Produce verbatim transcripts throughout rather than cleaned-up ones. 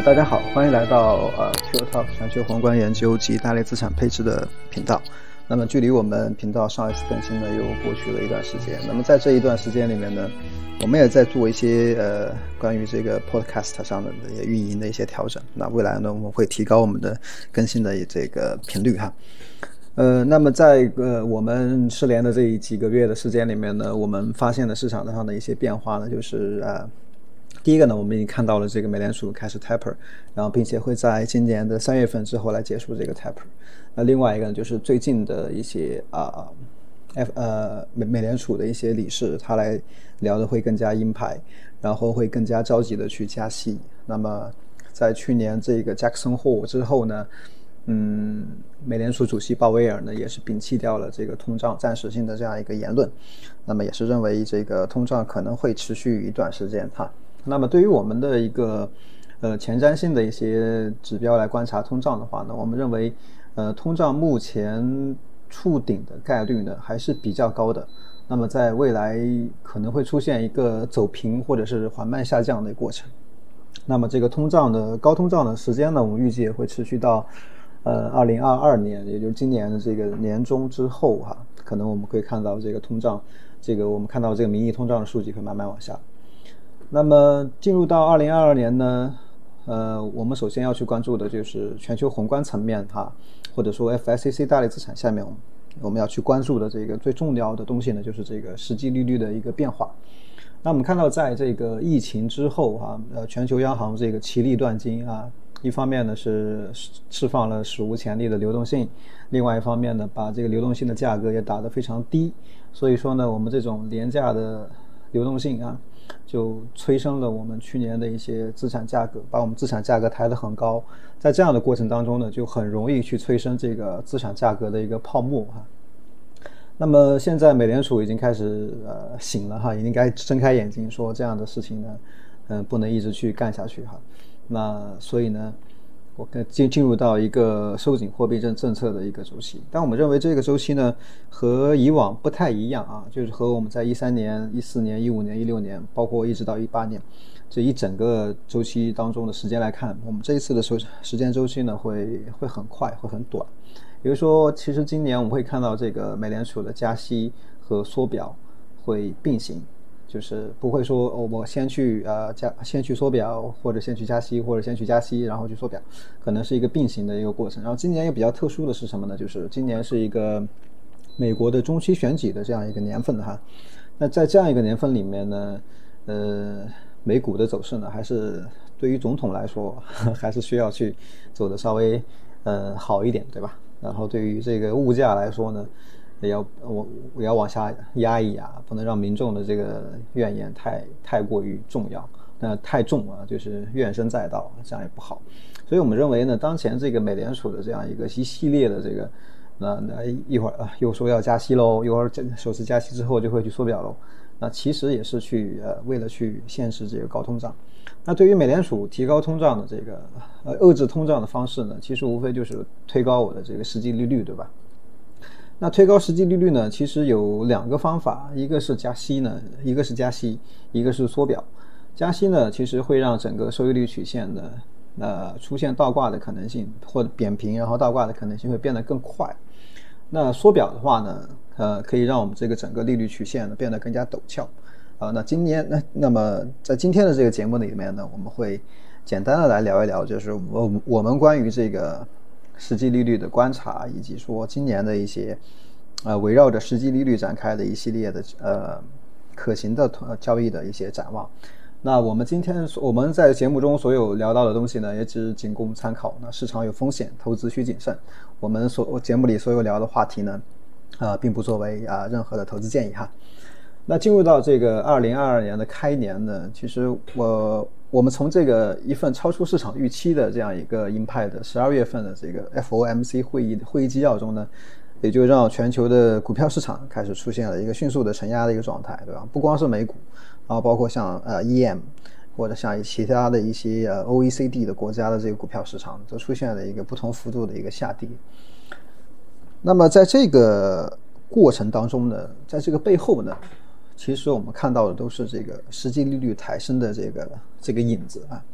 大家好，欢迎来到呃 Q Talk 全球宏观研究及大类资产配置的频道。那么距离我们频道上一次更新呢，又过去了一段时间。那么在这一段时间里面呢，我们也在做一些呃关于这个 podcast 上的运营的一些调整。那未来呢，我们会提高我们的更新的这个频率哈。呃，那么在呃我们失联的这几个月的时间里面呢，我们发现了市场上的一些变化呢，就是呃。第一个呢，我们已经看到了这个美联储开始 taper， 然后并且会在今年的三月份之后来结束这个 taper。那另外一个呢，就是最近的一些啊 F 呃美美联储的一些理事，他来聊的会更加鹰派，然后会更加着急的去加息。那么在去年这个 Jackson Hole 之后呢，嗯，美联储主席鲍威尔呢也是摒弃掉了这个通胀暂时性的这样一个言论，那么也是认为这个通胀可能会持续一段时间哈。那么对于我们的一个呃前瞻性的一些指标来观察通胀的话呢，我们认为呃通胀目前触顶的概率呢还是比较高的。那么在未来可能会出现一个走平或者是缓慢下降的过程。那么这个通胀的高通胀的时间呢，我们预计也会持续到呃二零二二年，也就是今年的这个年中之后哈，可能我们会看到这个通胀，这个我们看到这个名义通胀的数据会慢慢往下。那么进入到二零二二年呢，呃，我们首先要去关注的就是全球宏观层面哈，或者说 F I C C 大类资产下面我们要去关注的这个最重要的东西呢，就是这个实际利率的一个变化。那我们看到在这个疫情之后哈，呃，全球央行这个齐力断金啊，一方面呢是释放了史无前例的流动性，另外一方面呢把这个流动性的价格也打得非常低，所以说呢，我们这种廉价的流动性啊，就催生了我们去年的一些资产价格，把我们资产价格抬得很高。在这样的过程当中呢，就很容易去催生这个资产价格的一个泡沫哈。那么现在美联储已经开始呃醒了哈，已经该睁开眼睛说这样的事情呢，嗯、呃，不能一直去干下去哈。那所以呢，我进进入到一个收紧货币政政策的一个周期，但我们认为这个周期呢和以往不太一样啊，就是和我们在一三年、一四年、一五年、一六年，包括一直到一八年这一整个周期当中的时间来看，我们这一次的时时间周期呢会会很快，会很短。比如说，其实今年我们会看到这个美联储的加息和缩表会并行。就是不会说、哦、我先去呃加先去缩表，或者先去加息，或者先去加息然后去缩表，可能是一个并行的一个过程。然后今年又比较特殊的是什么呢？就是今年是一个美国的中期选举的这样一个年份哈。那在这样一个年份里面呢，呃，美股的走势呢，还是对于总统来说还是需要去走的稍微呃好一点，对吧？然后对于这个物价来说呢，也要我我要往下压一压，不能让民众的这个怨言太太过于重要，那太重啊，就是怨声载道，这样也不好。所以我们认为呢，当前这个美联储的这样一个一系列的这个，那那一会儿啊又说要加息喽，一会儿首次加息之后就会去缩表喽，那其实也是去呃为了去限制这个高通胀。那对于美联储提高通胀的这个呃遏制通胀的方式呢，其实无非就是推高我的这个实际利率，对吧？那推高实际利率呢，其实有两个方法，一个是加息呢，一个是加息，一个是缩表。加息呢，其实会让整个收益率曲线的呃出现倒挂的可能性，或者扁平然后倒挂的可能性会变得更快。那缩表的话呢，呃，可以让我们这个整个利率曲线呢变得更加陡峭。啊、呃，那今年那那么在今天的这个节目里面呢，我们会简单的来聊一聊，就是我我们关于这个实际利率的观察，以及说今年的一些呃围绕着实际利率展开的一系列的呃可行的交易的一些展望。那我们今天我们在节目中所有聊到的东西呢，也只仅供参考。那市场有风险，投资需谨慎。我们所节目里所有聊的话题呢，呃，并不作为啊、呃、任何的投资建议哈。那进入到这个二零二二年的开年呢，其实我我们从这个一份超出市场预期的这样一个鹰派的十二月份的这个 F O M C 会议的会议纪要中呢，也就让全球的股票市场开始出现了一个迅速的承压的一个状态，对吧？不光是美股，然后包括像呃 E M 或者像其他的一些呃 O E C D 的国家的这个股票市场都出现了一个不同幅度的一个下跌。那么在这个过程当中呢，在这个背后呢，其实我们看到的都是这个实际利率抬升的这个这个影子啊。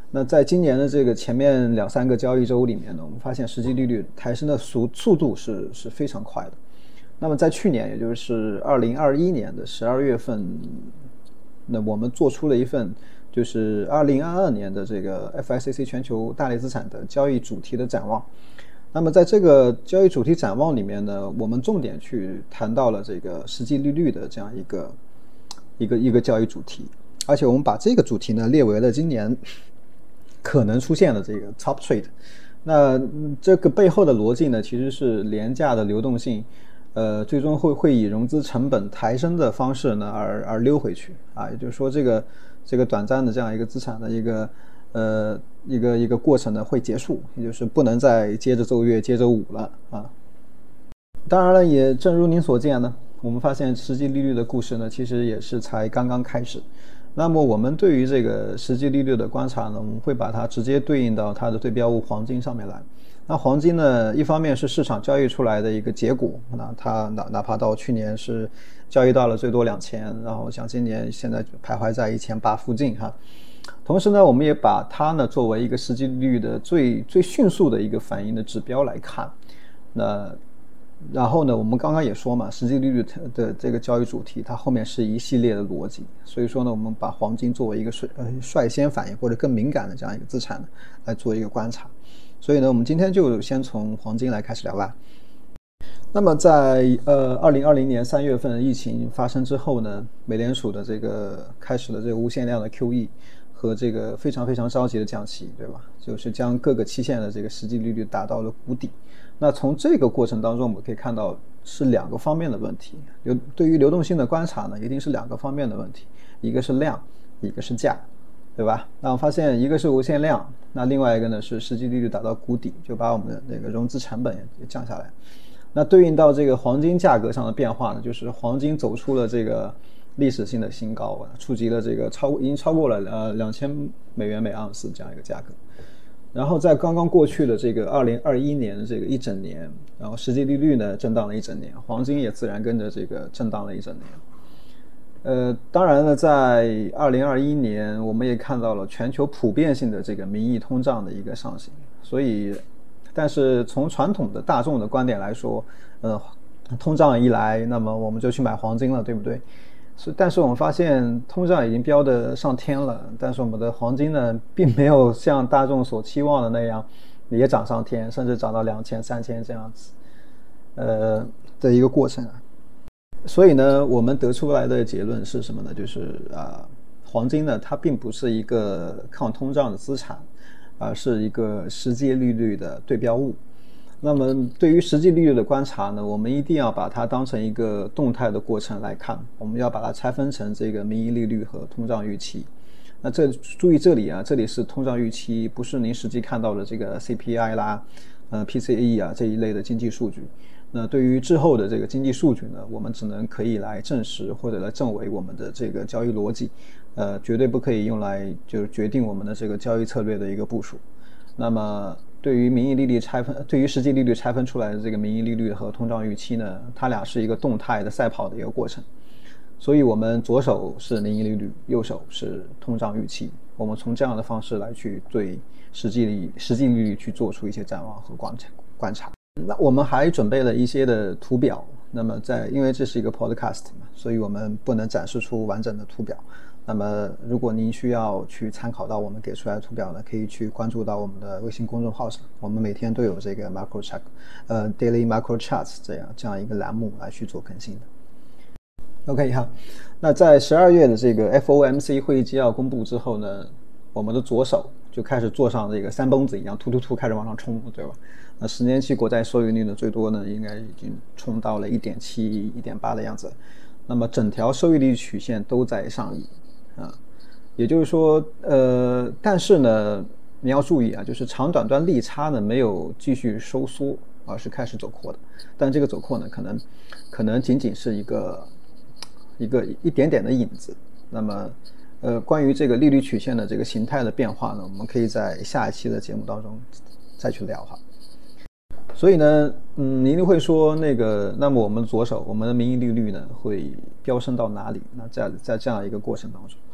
那在今年的这个前面两三个交易周里面呢，我们发现实际利率抬升的速速度是是非常快的。那么在去年，也就是二零二一年的十二月份，那我们做出了一份就是二零二二年的这个 F I C C 全球大类资产的交易主题的展望。那么在这个交易主题展望里面呢，我们重点去谈到了这个实际利率的这样一个一个一个交易主题，而且我们把这个主题呢列为了今年可能出现的这个 top trade。那这个背后的逻辑呢，其实是廉价的流动性，呃，最终会会以融资成本抬升的方式呢而而溜回去啊，也就是说这个这个短暂的这样一个资产的一个呃一个一个过程呢会结束，也就是不能再接着奏乐接着舞了啊。当然了，也正如您所见呢，我们发现实际利率的故事呢，其实也是才刚刚开始。那么我们对于这个实际利率的观察呢，我们会把它直接对应到它的对标物黄金上面来。那黄金呢，一方面是市场交易出来的一个结果，那它哪哪怕到去年是交易到了最多两千，然后像今年现在徘徊在一千八附近哈。同时呢，我们也把它呢作为一个实际利率的最最迅速的一个反应的指标来看。那然后呢，我们刚刚也说嘛，实际利率的这个交易主题，它后面是一系列的逻辑，所以说呢，我们把黄金作为一个率呃率先反应或者更敏感的这样一个资产呢，来做一个观察。所以呢，我们今天就先从黄金来开始聊吧。那么在呃二零二零年三月份疫情发生之后呢，美联储的这个开始了这个无限量的 Q E 和这个非常非常着急的降息，对吧？就是将各个期限的这个实际利率打到了谷底。那从这个过程当中，我们可以看到是两个方面的问题。流对于流动性的观察呢，一定是两个方面的问题，一个是量，一个是价，对吧？那我发现一个是无限量，那另外一个呢是实际利率打到谷底，就把我们的那个融资成本也降下来。那对应到这个黄金价格上的变化呢，就是黄金走出了这个历史性的新高，触及了这个超已经超过了呃两千美元每盎司这样一个价格。然后在刚刚过去的这个二零二一年的这个一整年，然后实际利率呢震荡了一整年，黄金也自然跟着这个震荡了一整年。呃，当然了，在二零二一年我们也看到了全球普遍性的这个名义通胀的一个上行，所以，但是从传统的大众的观点来说，呃，通胀一来，那么我们就去买黄金了，对不对？是，但是我们发现通胀已经飙得上天了，但是我们的黄金呢，并没有像大众所期望的那样也涨上天，甚至涨到两千、三千这样子，呃的一个过程啊。所以呢，我们得出来的结论是什么呢？就是啊、呃，黄金呢，它并不是一个抗通胀的资产，而是一个实际利率的对标物。那么对于实际利率的观察呢，我们一定要把它当成一个动态的过程来看，我们要把它拆分成这个名义利率和通胀预期。那这注意这里啊，这里是通胀预期，不是您实际看到的这个 C P I 啦、呃 P C E 啊这一类的经济数据。那对于之后的这个经济数据呢，我们只能可以来证实或者来证伪我们的这个交易逻辑，呃，绝对不可以用来就是决定我们的这个交易策略的一个部署。那么对于名义利率拆分，对于实际利率拆分出来的这个名义利率和通胀预期呢，它俩是一个动态的赛跑的一个过程。所以我们左手是名义利率，右手是通胀预期。我们从这样的方式来去对实际利实际利率去做出一些展望和观察观察。那我们还准备了一些的图表。那么在因为这是一个 podcast 嘛，所以我们不能展示出完整的图表。那么如果您需要去参考到我们给出来的图表呢，可以去关注到我们的微信公众号上，我们每天都有这个 macro chart 呃 daily macro charts 这样这样一个栏目来去做更新的。OK 哈，那在十二月的这个 F O M C 会议纪要公布之后呢，我们的左手就开始做上这个三蹦子一样突突突开始往上冲，对吧？那十年期国债收益率呢，最多呢应该已经冲到了 一点七 一点八 的样子。那么整条收益率曲线都在上移啊，也就是说呃但是呢你要注意啊，就是长短端利差呢没有继续收缩，而是开始走扩的。但这个走扩呢可能可能仅仅是一个一个一点点的影子。那么呃关于这个利率曲线的这个形态的变化呢，我们可以在下一期的节目当中再去聊哈。所以呢，嗯，您会说那个，那么我们左手，我们的名义利率呢会飙升到哪里？那在在这样一个过程当中，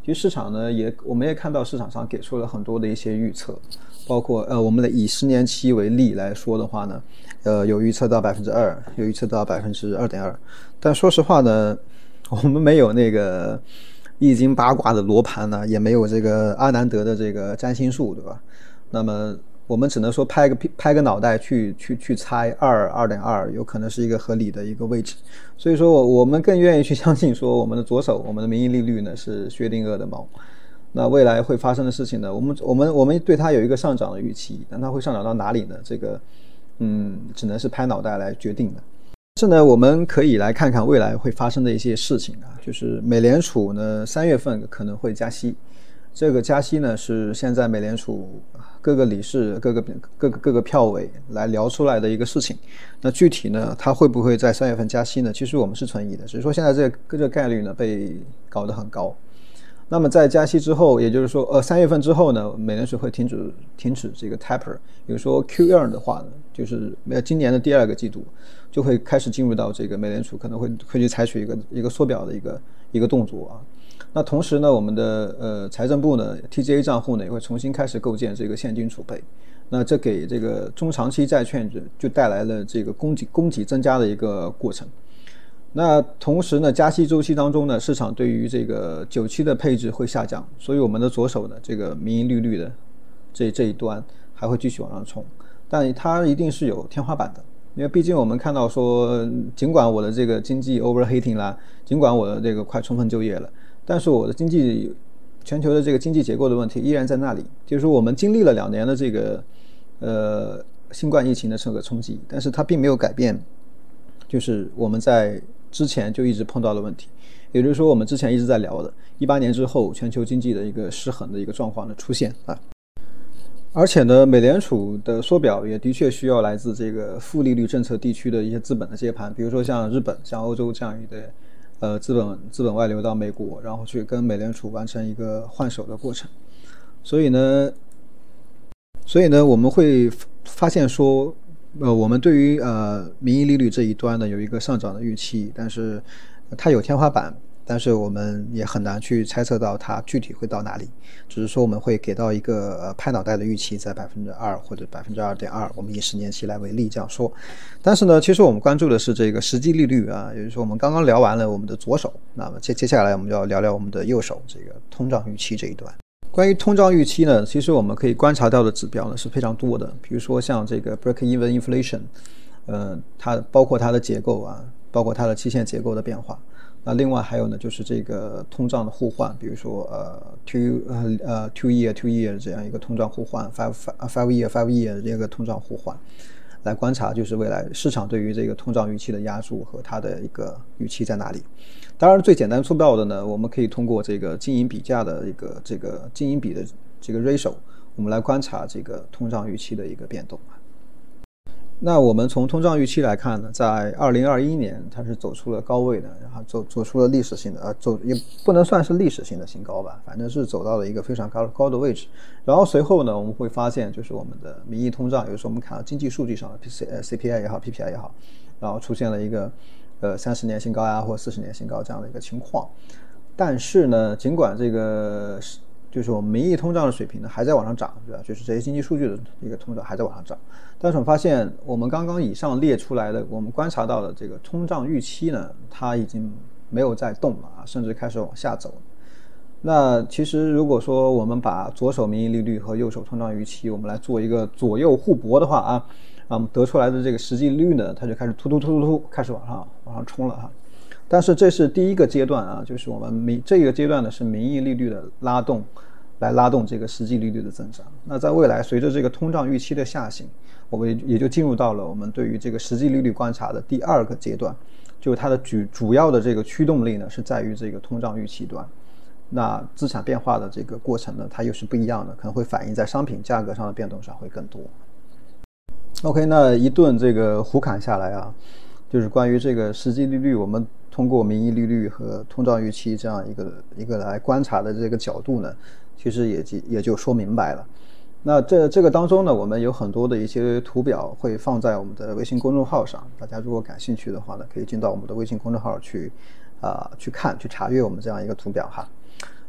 其实市场呢也我们也看到市场上给出了很多的一些预测，包括呃我们的以十年期为例来说的话呢，呃有预测到百分之二，有预测到百分之二点二，但说实话呢，我们没有那个易经八卦的罗盘呢，也没有这个阿南德的这个占星术，对吧？那么我们只能说拍个拍个脑袋去去去猜二二点二有可能是一个合理的一个位置，所以说我我们更愿意去相信说我们的左手我们的名义利率呢是薛定谔的猫。那未来会发生的事情呢，我们我们我们对它有一个上涨的预期，但它会上涨到哪里呢？这个嗯只能是拍脑袋来决定的。但是呢，我们可以来看看未来会发生的一些事情啊，就是美联储呢三月份可能会加息。这个加息呢是现在美联储各个理事、各个各个各个票委来聊出来的一个事情。那具体呢，它会不会在三月份加息呢？其实我们是存疑的，只是说现在这个这个概率呢被搞得很高。那么在加息之后，也就是说，呃，三月份之后呢，美联储会停止停止这个 taper。比如说 Q 二 的话呢，就是今年的第二个季度就会开始进入到这个美联储可能会会去采取一个一个缩表的一个一个动作啊。那同时呢，我们的呃财政部呢 T G A 账户呢也会重新开始构建这个现金储备，那这给这个中长期债券就就带来了这个供给供给增加的一个过程。那同时呢，加息周期当中呢，市场对于这个久期的配置会下降，所以我们的左手呢这个名义利率的这这一端还会继续往上冲，但它一定是有天花板的。因为毕竟我们看到说，尽管我的这个经济 overheating 啦，尽管我的这个快充分就业了，但是我的经济全球的这个经济结构的问题依然在那里。就是说我们经历了两年的这个呃新冠疫情的这个冲击，但是它并没有改变，就是我们在之前就一直碰到的问题。也就是说我们之前一直在聊的一八年之后全球经济的一个失衡的一个状况的出现啊。而且呢，美联储的缩表也的确需要来自这个负利率政策地区的一些资本的接盘，比如说像日本、像欧洲这样一个呃资本资本外流到美国，然后去跟美联储完成一个换手的过程。所以呢，所以呢，我们会发现说，呃，我们对于呃名义利率这一端呢有一个上涨的预期，但是它有天花板。但是我们也很难去猜测到它具体会到哪里，只是说我们会给到一个呃拍脑袋的预期在百分之二或者百分之二点二，我们以十年期来为例这样说。但是呢，其实我们关注的是这个实际利率啊，也就是说我们刚刚聊完了我们的左手，那么接接下来我们就要聊聊我们的右手这个通胀预期这一端。关于通胀预期呢，其实我们可以观察到的指标呢是非常多的，比如说像这个 break-even inflation， 呃，它包括它的结构啊，包括它的期限结构的变化。那另外还有呢，就是这个通胀的互换，比如说呃 two 呃呃 two year two year 这样一个通胀互换 five five year five year 这个通胀互换，来观察就是未来市场对于这个通胀预期的压注和它的一个预期在哪里。当然最简单粗暴的呢，我们可以通过这个经营比价的一个这个经营比的这个 ratio， 我们来观察这个通胀预期的一个变动。那我们从通胀预期来看呢，在二零二一年它是走出了高位的，然后走走出了历史性的呃走也不能算是历史性的新高吧，反正是走到了一个非常高高的位置。然后随后呢，我们会发现就是我们的名义通胀，有时候我们看到经济数据上的 C C P I 也好 P P I 也好，然后出现了一个呃三十年新高呀或四十年新高这样的一个情况。但是呢，尽管这个就是我们名义通胀的水平呢还在往上涨，对吧？就是这些经济数据的一个通胀还在往上涨，但是我们发现我们刚刚以上列出来的，我们观察到的这个通胀预期呢，它已经没有在动了啊，甚至开始往下走。那其实如果说我们把左手名义利率和右手通胀预期，我们来做一个左右互搏的话啊，啊，得出来的这个实际利率呢，它就开始突突突突突开始往上往上冲了哈。但是这是第一个阶段啊，就是我们名这个阶段呢是名义利率的拉动，来拉动这个实际利率的增长。那在未来随着这个通胀预期的下行，我们也就进入到了我们对于这个实际利率观察的第二个阶段，就是它的主主要的这个驱动力呢是在于这个通胀预期端。那资产变化的这个过程呢，它又是不一样的，可能会反映在商品价格上的变动上会更多。OK， 那一顿这个胡侃下来啊，就是关于这个实际利率，我们通过名义利率和通胀预期这样一个一个来观察的这个角度呢，其实也也就说明白了。那这这个当中呢，我们有很多的一些图表会放在我们的微信公众号上，大家如果感兴趣的话呢，可以进到我们的微信公众号去啊、呃、去看去查阅我们这样一个图表哈。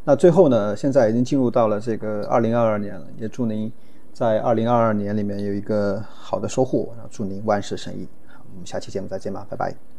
那最后呢，现在已经进入到了这个二零二二年了，也祝您在二零二二年里面有一个好的收获，祝您万事胜意。好，我们下期节目再见吧，拜拜。